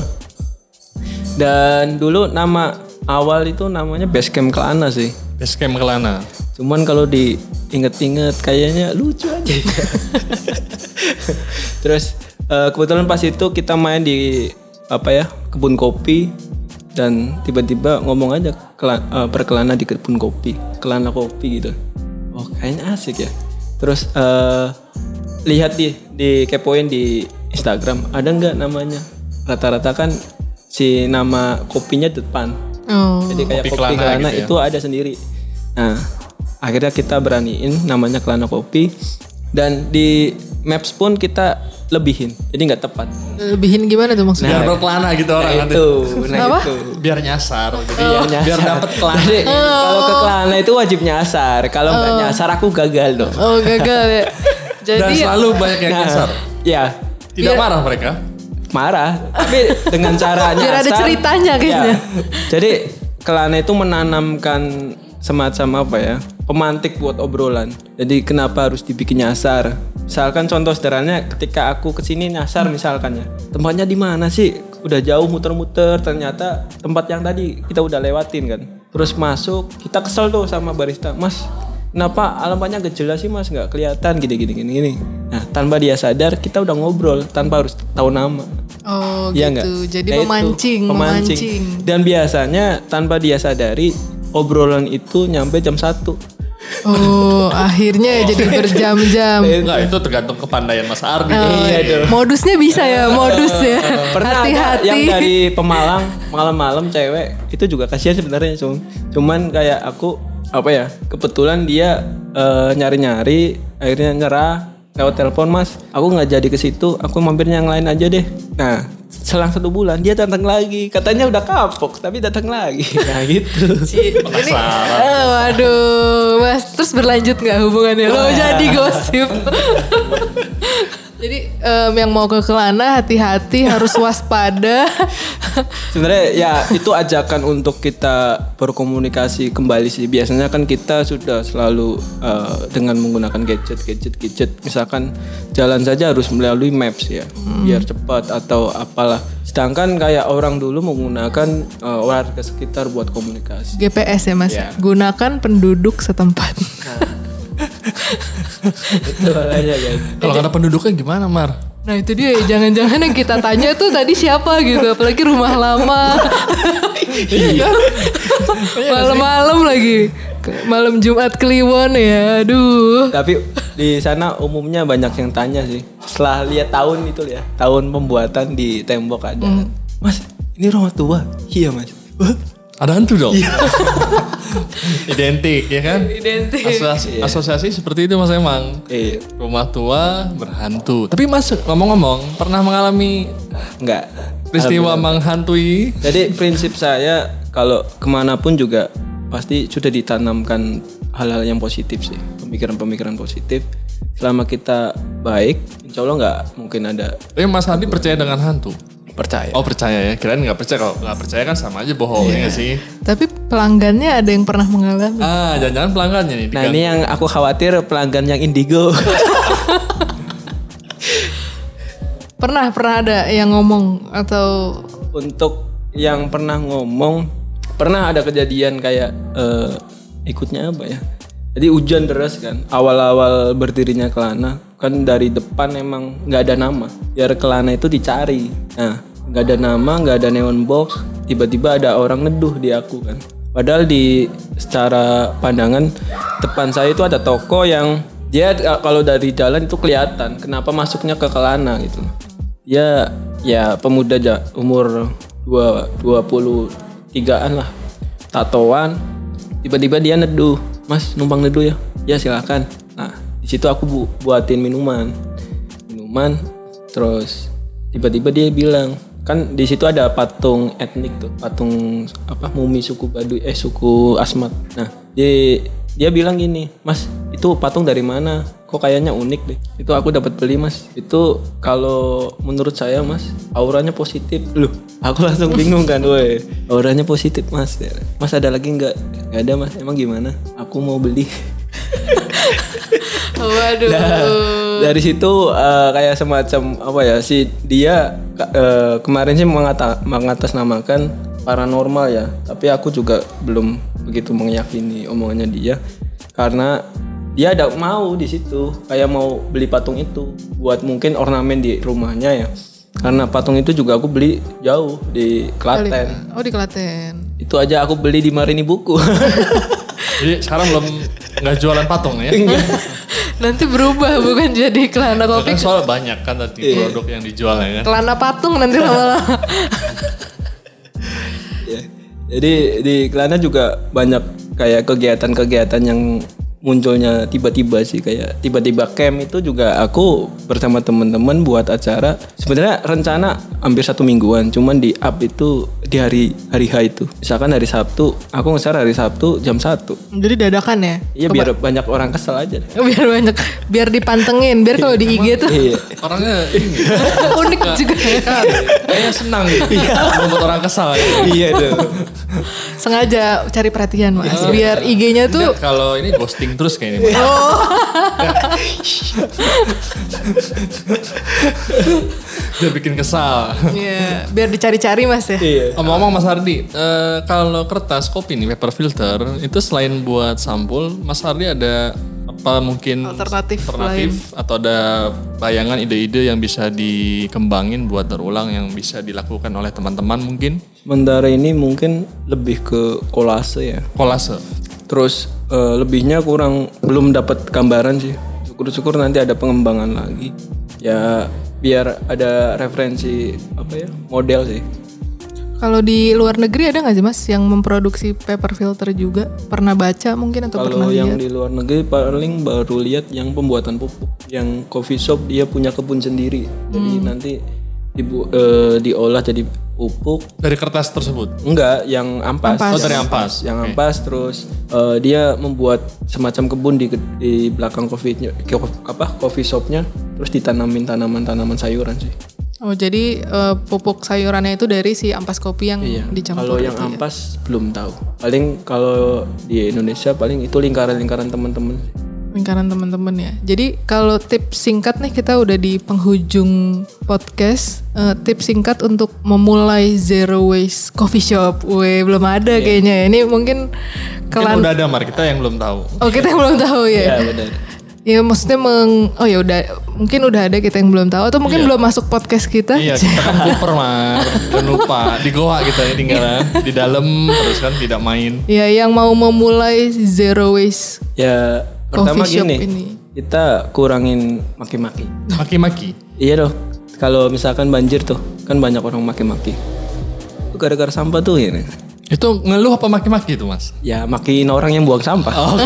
Dan dulu nama awal itu namanya Basecamp Kelana sih. Basecamp Kelana. Cuman kalau diinget-inget kayaknya lucu aja. Terus kebetulan pas itu kita main di kebun kopi dan tiba-tiba ngomong aja perkelana di kebun kopi, Kelana Kopi gitu. Oh kayaknya asik ya. Terus lihat di kepoin di Instagram ada nggak namanya? Rata-rata kan si nama kopinya depan. Oh. Jadi kayak kopi Kelana gitu ya? Itu ada sendiri. Nah, akhirnya kita beraniin namanya Kelana Kopi dan di Maps pun kita lebihin. Jadi nggak tepat. Lebihin gimana tuh maksudnya? Biar berkelana gitu orang nanti. Apa? Biar nyasar. Jadi biar dapet kelana. Jadi kalau ke Kelana itu wajib nyasar. Kalau nggak nyasar aku gagal dong. Oh, gagal ya. Dan Jadi selalu banyak yang nyasar. Ya. Tidak marah mereka? Marah, tapi dengan caranya biar ada ceritanya kayaknya. Ya. Jadi Kelana itu menanamkan semacam pemantik buat obrolan. Jadi kenapa harus dibikin nyasar? Misalkan contoh sederhananya ketika aku kesini nyasar misalkan ya. Tempatnya di mana sih? Udah jauh muter-muter, ternyata tempat yang tadi kita udah lewatin kan. Terus masuk, kita kesel tuh sama barista. Mas, kenapa alamatnya gak jelas sih Mas? Gak kelihatan gini. Nah tanpa dia sadar kita udah ngobrol tanpa harus tahu nama. Oh ya gitu, enggak? jadi memancing. Dan biasanya tanpa dia sadari obrolan itu nyampe jam 1. Oh akhirnya jadi berjam-jam. Enggak, itu tergantung kepandaian Mas Ardi. Modusnya bisa ya, modus ya. Pernah hati-hati. yang dari Pemalang malam-malam cewek itu juga kasihan sebenarnya cuman kayak aku kebetulan dia nyari-nyari akhirnya nyerah lewat telepon, Mas aku nggak jadi ke situ, aku mampir yang lain aja deh. Nah selang 1 bulan dia datang lagi, katanya udah kapok tapi datang lagi. Nah gitu. Ini, waduh Mas, terus berlanjut nggak hubungannya? Lo jadi gosip. Jadi yang mau ke Kelana hati-hati, harus waspada. Sebenarnya ya itu ajakan untuk kita berkomunikasi kembali sih. Biasanya kan kita sudah selalu dengan menggunakan gadget. Misalkan jalan saja harus melalui maps ya, biar cepat atau apalah. Sedangkan kayak orang dulu menggunakan warga sekitar buat komunikasi. GPS ya Mas. Ya. Gunakan penduduk setempat. Itu aja guys. Kalau kata penduduknya gimana Mar? Nah itu dia, jangan-jangan yang kita tanya tuh tadi siapa gitu, apalagi rumah lama. Malam-malam lagi. Malam Jumat Kliwon ya, aduh. Tapi di sana umumnya banyak yang tanya sih. Setelah lihat tahun itu ya, tahun pembuatan di tembok ada. Mas, ini rumah tua? Iya mas. Ada hantu dong? Identik ya kan? Identik. Asosiasi seperti itu Mas Emang. Iya. Rumah tua berhantu. Tapi Mas ngomong-ngomong pernah mengalami Enggak. peristiwa menghantui? Jadi prinsip saya kalau kemanapun juga pasti sudah ditanamkan hal-hal yang positif sih. Pemikiran-pemikiran positif. Selama kita baik, insya Allah nggak mungkin ada. Tapi Mas Ardi percaya dengan hantu? Percaya. Oh percaya ya, kirain nggak percaya. Kalau nggak percaya kan sama aja bohong ya nggak sih? Tapi pelanggannya ada yang pernah mengalami. Jangan-jangan pelanggannya nih. Nah ini yang aku khawatir pelanggan yang indigo. Pernah ada yang ngomong atau Untuk yang pernah ngomong, pernah ada kejadian kayak ikutnya apa ya? Jadi hujan deras kan, awal-awal berdirinya Kelana kan dari depan emang nggak ada nama, biar Kelana itu dicari. Nah nggak ada nama, nggak ada neon box, tiba-tiba ada orang neduh di aku kan. Padahal di secara pandangan depan saya itu ada toko yang dia kalau dari jalan itu kelihatan kenapa masuknya ke Kelana gitu. Ya pemuda aja umur 23-an lah, tatoan, tiba-tiba dia neduh. Mas numpang neduh ya? Ya silakan. Nah di situ aku buatin minuman, terus tiba-tiba dia bilang kan di situ ada patung etnik tuh, patung apa mumi suku Baduy, suku Asmat. Nah dia bilang gini, Mas itu patung dari mana? Kok kayaknya unik deh. Itu aku dapat beli mas. Itu kalau menurut saya mas, auranya positif. Loh, aku langsung bingung kan, woi. Auranya positif mas. Mas ada lagi nggak? Nggak ada mas. Emang gimana? Aku mau beli. waduh. Nah, dari situ kayak semacam apa ya? Si dia kemarin sih mengatasnamakan paranormal ya. Tapi aku juga belum begitu meyakini omongannya dia karena dia ada mau di situ kayak mau beli patung itu buat mungkin ornamen di rumahnya ya. Karena patung itu juga aku beli jauh di Klaten. Oh di Klaten. Itu aja aku beli di Marini Buku. Jadi sekarang nggak jualan patung ya? Nanti berubah bukan jadi Kelana Kopi. Kan soal banyak kan tadi produk yang dijual ya kan. Kelana patung nanti lama-lama. Ya. Jadi di Kelana juga banyak kayak kegiatan-kegiatan yang munculnya tiba-tiba sih, kayak tiba-tiba camp itu juga aku bersama teman-teman buat acara. Sebenarnya rencana hampir 1 mingguan, cuman di up itu di hari H itu. Misalkan hari Sabtu, aku ngeser hari Sabtu jam 1. Jadi dadakan ya? Iya biar banyak orang kesel aja. Biar dipantengin, biar kalau di IG tuh Iya. Orangnya ini unik juga ya. kan, kayaknya senang gitu. Membuat orang kesal. Iya tuh. Sengaja cari perhatian mas, biar IG-nya tuh. Enggak, kalau ini ghosting terus kayaknya. Biar bikin kesal. Iya, biar dicari-cari mas ya. Iya. Ngomong-ngomong Mas Hardi, kalau kertas kopi nih, paper filter, itu selain buat sampul, Mas Hardi ada apa mungkin Alternatif atau ada bayangan ide-ide yang bisa dikembangin buat terulang yang bisa dilakukan oleh teman-teman mungkin? Sementara ini mungkin lebih ke kolase ya. Kolase. Terus lebihnya belum dapat gambaran sih. Syukur-syukur nanti ada pengembangan lagi. Ya biar ada referensi model sih. Kalau di luar negeri ada nggak sih mas yang memproduksi paper filter juga? Pernah baca mungkin atau pernah Kalau yang lihat? di luar negeri paling baru lihat yang pembuatan pupuk. Yang coffee shop dia punya kebun sendiri. Jadi nanti diolah jadi pupuk. Dari kertas tersebut? Enggak, yang ampas. Oh dari ampas. Yang ampas terus dia membuat semacam kebun di belakang coffee shopnya, terus ditanamin tanaman sayuran sih. Oh jadi pupuk sayurannya itu dari si ampas kopi yang dicampur. Kalau yang itu ya? ampas belum tahu. Paling kalau di Indonesia paling itu lingkaran-lingkaran teman-teman. Lingkaran teman-teman ya. Jadi kalau tips singkat nih, kita udah di penghujung podcast. Tips singkat untuk memulai zero waste coffee shop. Belum ada kayaknya ya. Ini mungkin Mungkin udah ada Mar, kita yang belum tahu. Oh kita yang belum tahu ya. Iya benar. Ya maksudnya oh ya udah mungkin udah ada kita yang belum tahu atau mungkin belum masuk podcast kita. Iya, kita kan kuper Mar, dan lupa di goa kita ya tinggal di dalam terus kan tidak main. Ya yang mau memulai zero waste Ya pertama coffee shop gini, ini. kita kurangin maki-maki. Maki-maki. Iya loh, kalau misalkan banjir tuh kan banyak orang maki-maki. Itu gara-gara sampah tuh ya. Itu ngeluh apa maki-maki itu Mas? Ya makin orang yang buang sampah.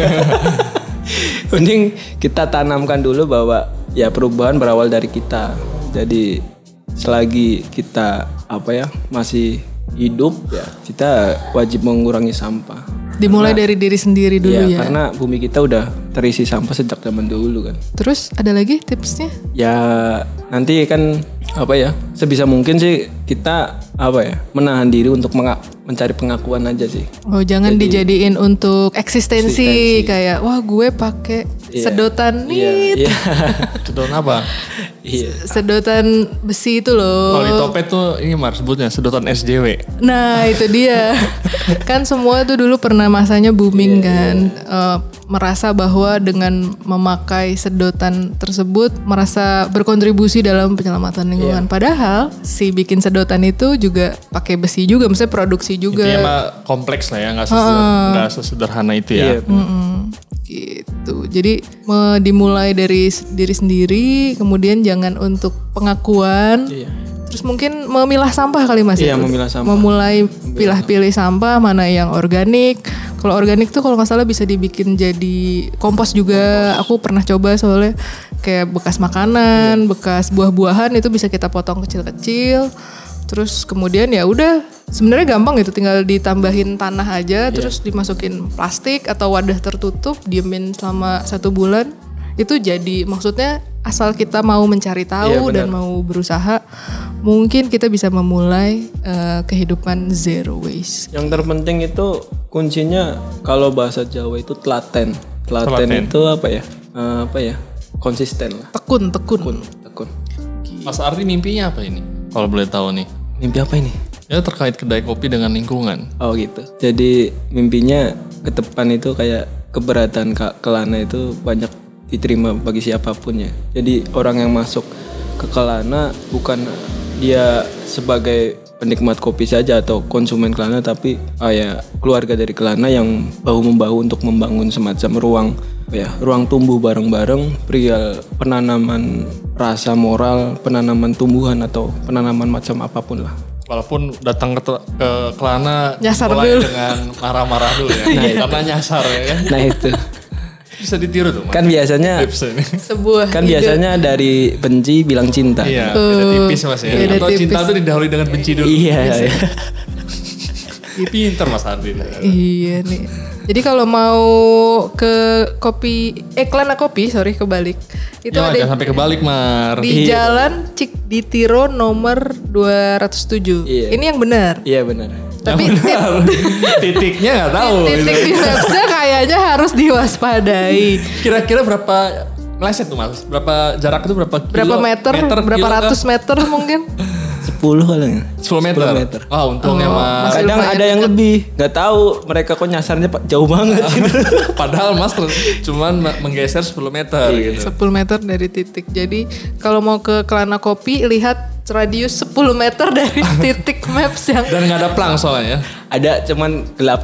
Mending kita tanamkan dulu bahwa ya perubahan berawal dari kita. Jadi selagi kita masih hidup ya kita wajib mengurangi sampah. Dimulai dari diri sendiri dulu ya. Karena bumi kita udah terisi sampah sejak zaman dulu kan. Terus ada lagi tipsnya? Ya nanti kan sebisa mungkin sih kita menahan diri untuk mencari pengakuan aja sih. Oh jangan dijadiin untuk eksistensi kayak wah gue pakai sedotan nih. Sedotan apa? Iya. Sedotan besi itu loh. Kalau di Topet tuh ini Mar sebutnya sedotan SJW. Nah itu dia. Kan semua tuh dulu pernah masanya booming kan. Merasa bahwa dengan memakai sedotan tersebut merasa berkontribusi dalam penyelamatan lingkungan. Padahal si bikin sedotan itu juga pakai besi juga, maksudnya produksi juga. Intinya mah kompleks lah ya, nggak sesederhana itu ya. Gitu. Jadi dimulai dari diri sendiri, kemudian jangan untuk pengakuan. Terus mungkin memilah sampah kali Mas. Iya, memilah sampah. Memulai pilih sampah mana yang organik. Kalau organik tuh kalau nggak salah bisa dibikin jadi kompos juga. Aku pernah coba soalnya kayak bekas makanan, bekas buah-buahan itu bisa kita potong kecil-kecil. Terus kemudian ya udah sebenarnya gampang gitu, tinggal ditambahin tanah aja, terus dimasukin plastik atau wadah tertutup, diemin selama 1 bulan. Itu jadi maksudnya asal kita mau mencari tahu dan mau berusaha, mungkin kita bisa memulai kehidupan zero waste. Yang terpenting itu kuncinya kalau bahasa Jawa itu telaten. Telaten itu konsisten lah. Tekun. Mas Ardi mimpinya apa ini? Kalau boleh tahu nih. Mimpi apa ini? Ya terkait kedai kopi dengan lingkungan. Oh gitu. Jadi mimpinya ke depan itu kayak keberadaan Kelana itu banyak diterima bagi siapapun ya. Jadi orang yang masuk ke Kelana bukan dia sebagai penikmat kopi saja atau konsumen Kelana, tapi keluarga dari Kelana yang bahu-membahu untuk membangun semacam ruang tumbuh bareng-bareng, perihal penanaman rasa moral, penanaman tumbuhan atau penanaman macam apapun lah. Walaupun datang ke Kelana nyasar mulai dulu dengan marah-marah dulu ya. Karena nyasar ya kan. Nah itu. Bisa ditiru tuh. Kan biasanya sebuah biasanya dari benci bilang cinta. Iya, beda tipis Mas ya. Atau tipis. cinta tuh didahului dengan benci dulu. Iya. Pinter Mas Ardi. Iya nih. Jadi kalau mau ke Kelana Kopi, kebalik. Itu ya, ada sampai kebalik Mar. di Jalan Cikditiro nomor 207. Iya. Ini yang benar. Iya benar. Tapi titiknya nggak tahu. titik di website kayaknya harus diwaspadai. Kira-kira berapa meleset tuh Mas? Berapa jarak itu berapa kilo? Berapa meter berapa kilo, ratus meter mungkin? 10 kali. 10 meter. Wah, untungnya Mas. Kadang ada yang lebih, nggak tahu mereka kok nyasarnya jauh banget. Padahal Mas cuman menggeser 10 meter gitu. 10 meter dari titik. Jadi kalau mau ke Kelana Kopi lihat radius 10 meter dari titik maps yang dan nggak ada plang soalnya. Ada cuman gelap.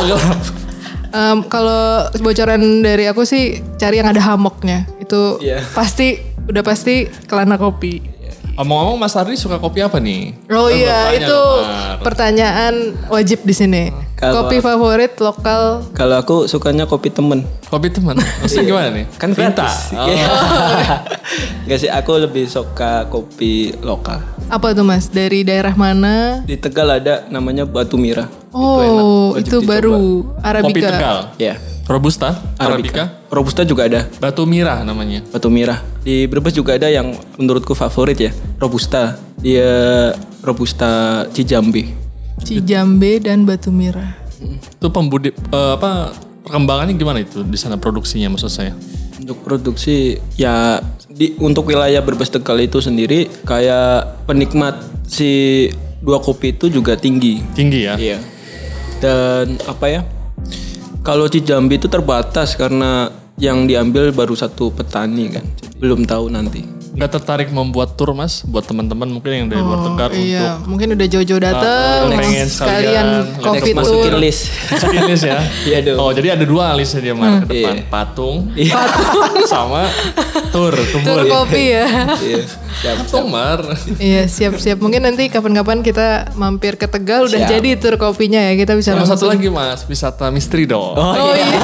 Kalau bocoran dari aku sih cari yang ada hammocknya. Itu pasti Kelana Kopi. Ngomong-ngomong Mas Ardi suka kopi apa nih? Oh iya itu pertanyaan wajib di sini. Kopi favorit lokal? Kalau aku sukanya kopi temen. Kopi temen? Maksudnya gimana nih? Kan gratis. Gak sih, aku lebih suka kopi lokal. Apa tuh Mas? Dari daerah mana? Di Tegal ada namanya Batu Mira. Oh itu baru Arabica. Kopi Tegal? Ya. Robusta? Arabica? Robusta juga ada. Batu Mira namanya. Batu Mira. Di Brebes juga ada yang menurutku favorit ya. Robusta. Dia Robusta Cijambe. Cijambe dan Batu Mira. Itu perkembangannya gimana itu di sana produksinya maksud saya? Untuk produksi ya untuk wilayah Brebes Tegal itu sendiri kayak penikmat si dua kopi itu juga tinggi. Tinggi ya? Iya. Dan kalau Cijambe itu terbatas karena yang diambil baru 1 petani kan. Belum tahu nanti. Nggak tertarik membuat tour Mas buat teman-teman mungkin yang dari luar Tegar Iya, untuk mungkin udah jauh-jauh dateng, pengen sekalian coffee tour. Masukin list. masukin list ya. Iya dong. Oh jadi ada 2 listnya dia Mar ke depan, patung sama tour kebun. Tour kopi ya. Iya. Siap. Patung Mar. Iya, siap-siap. Mungkin nanti kapan-kapan kita mampir ke Tegal udah Siap. jadi tour kopinya ya. Kita bisa Sama langsung. satu lagi Mas, wisata misteri dong. Oh iya.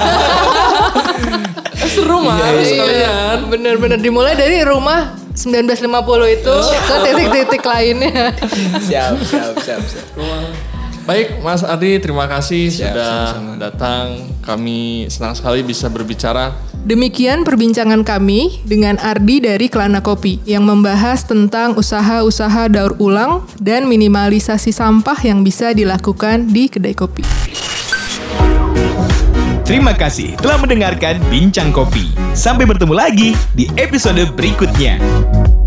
Seru Mas sekalian. Bener-bener dimulai dari rumah 1950 itu ke titik-titik lainnya. Siap. Baik Mas Ardi, terima kasih Siap, sudah sama-sama. datang. Kami senang sekali bisa berbicara. Demikian perbincangan kami dengan Ardi dari Kelana Kopi yang membahas tentang usaha-usaha daur ulang dan minimalisasi sampah yang bisa dilakukan di kedai kopi. Terima kasih telah mendengarkan Bincang Kopi. Sampai bertemu lagi di episode berikutnya.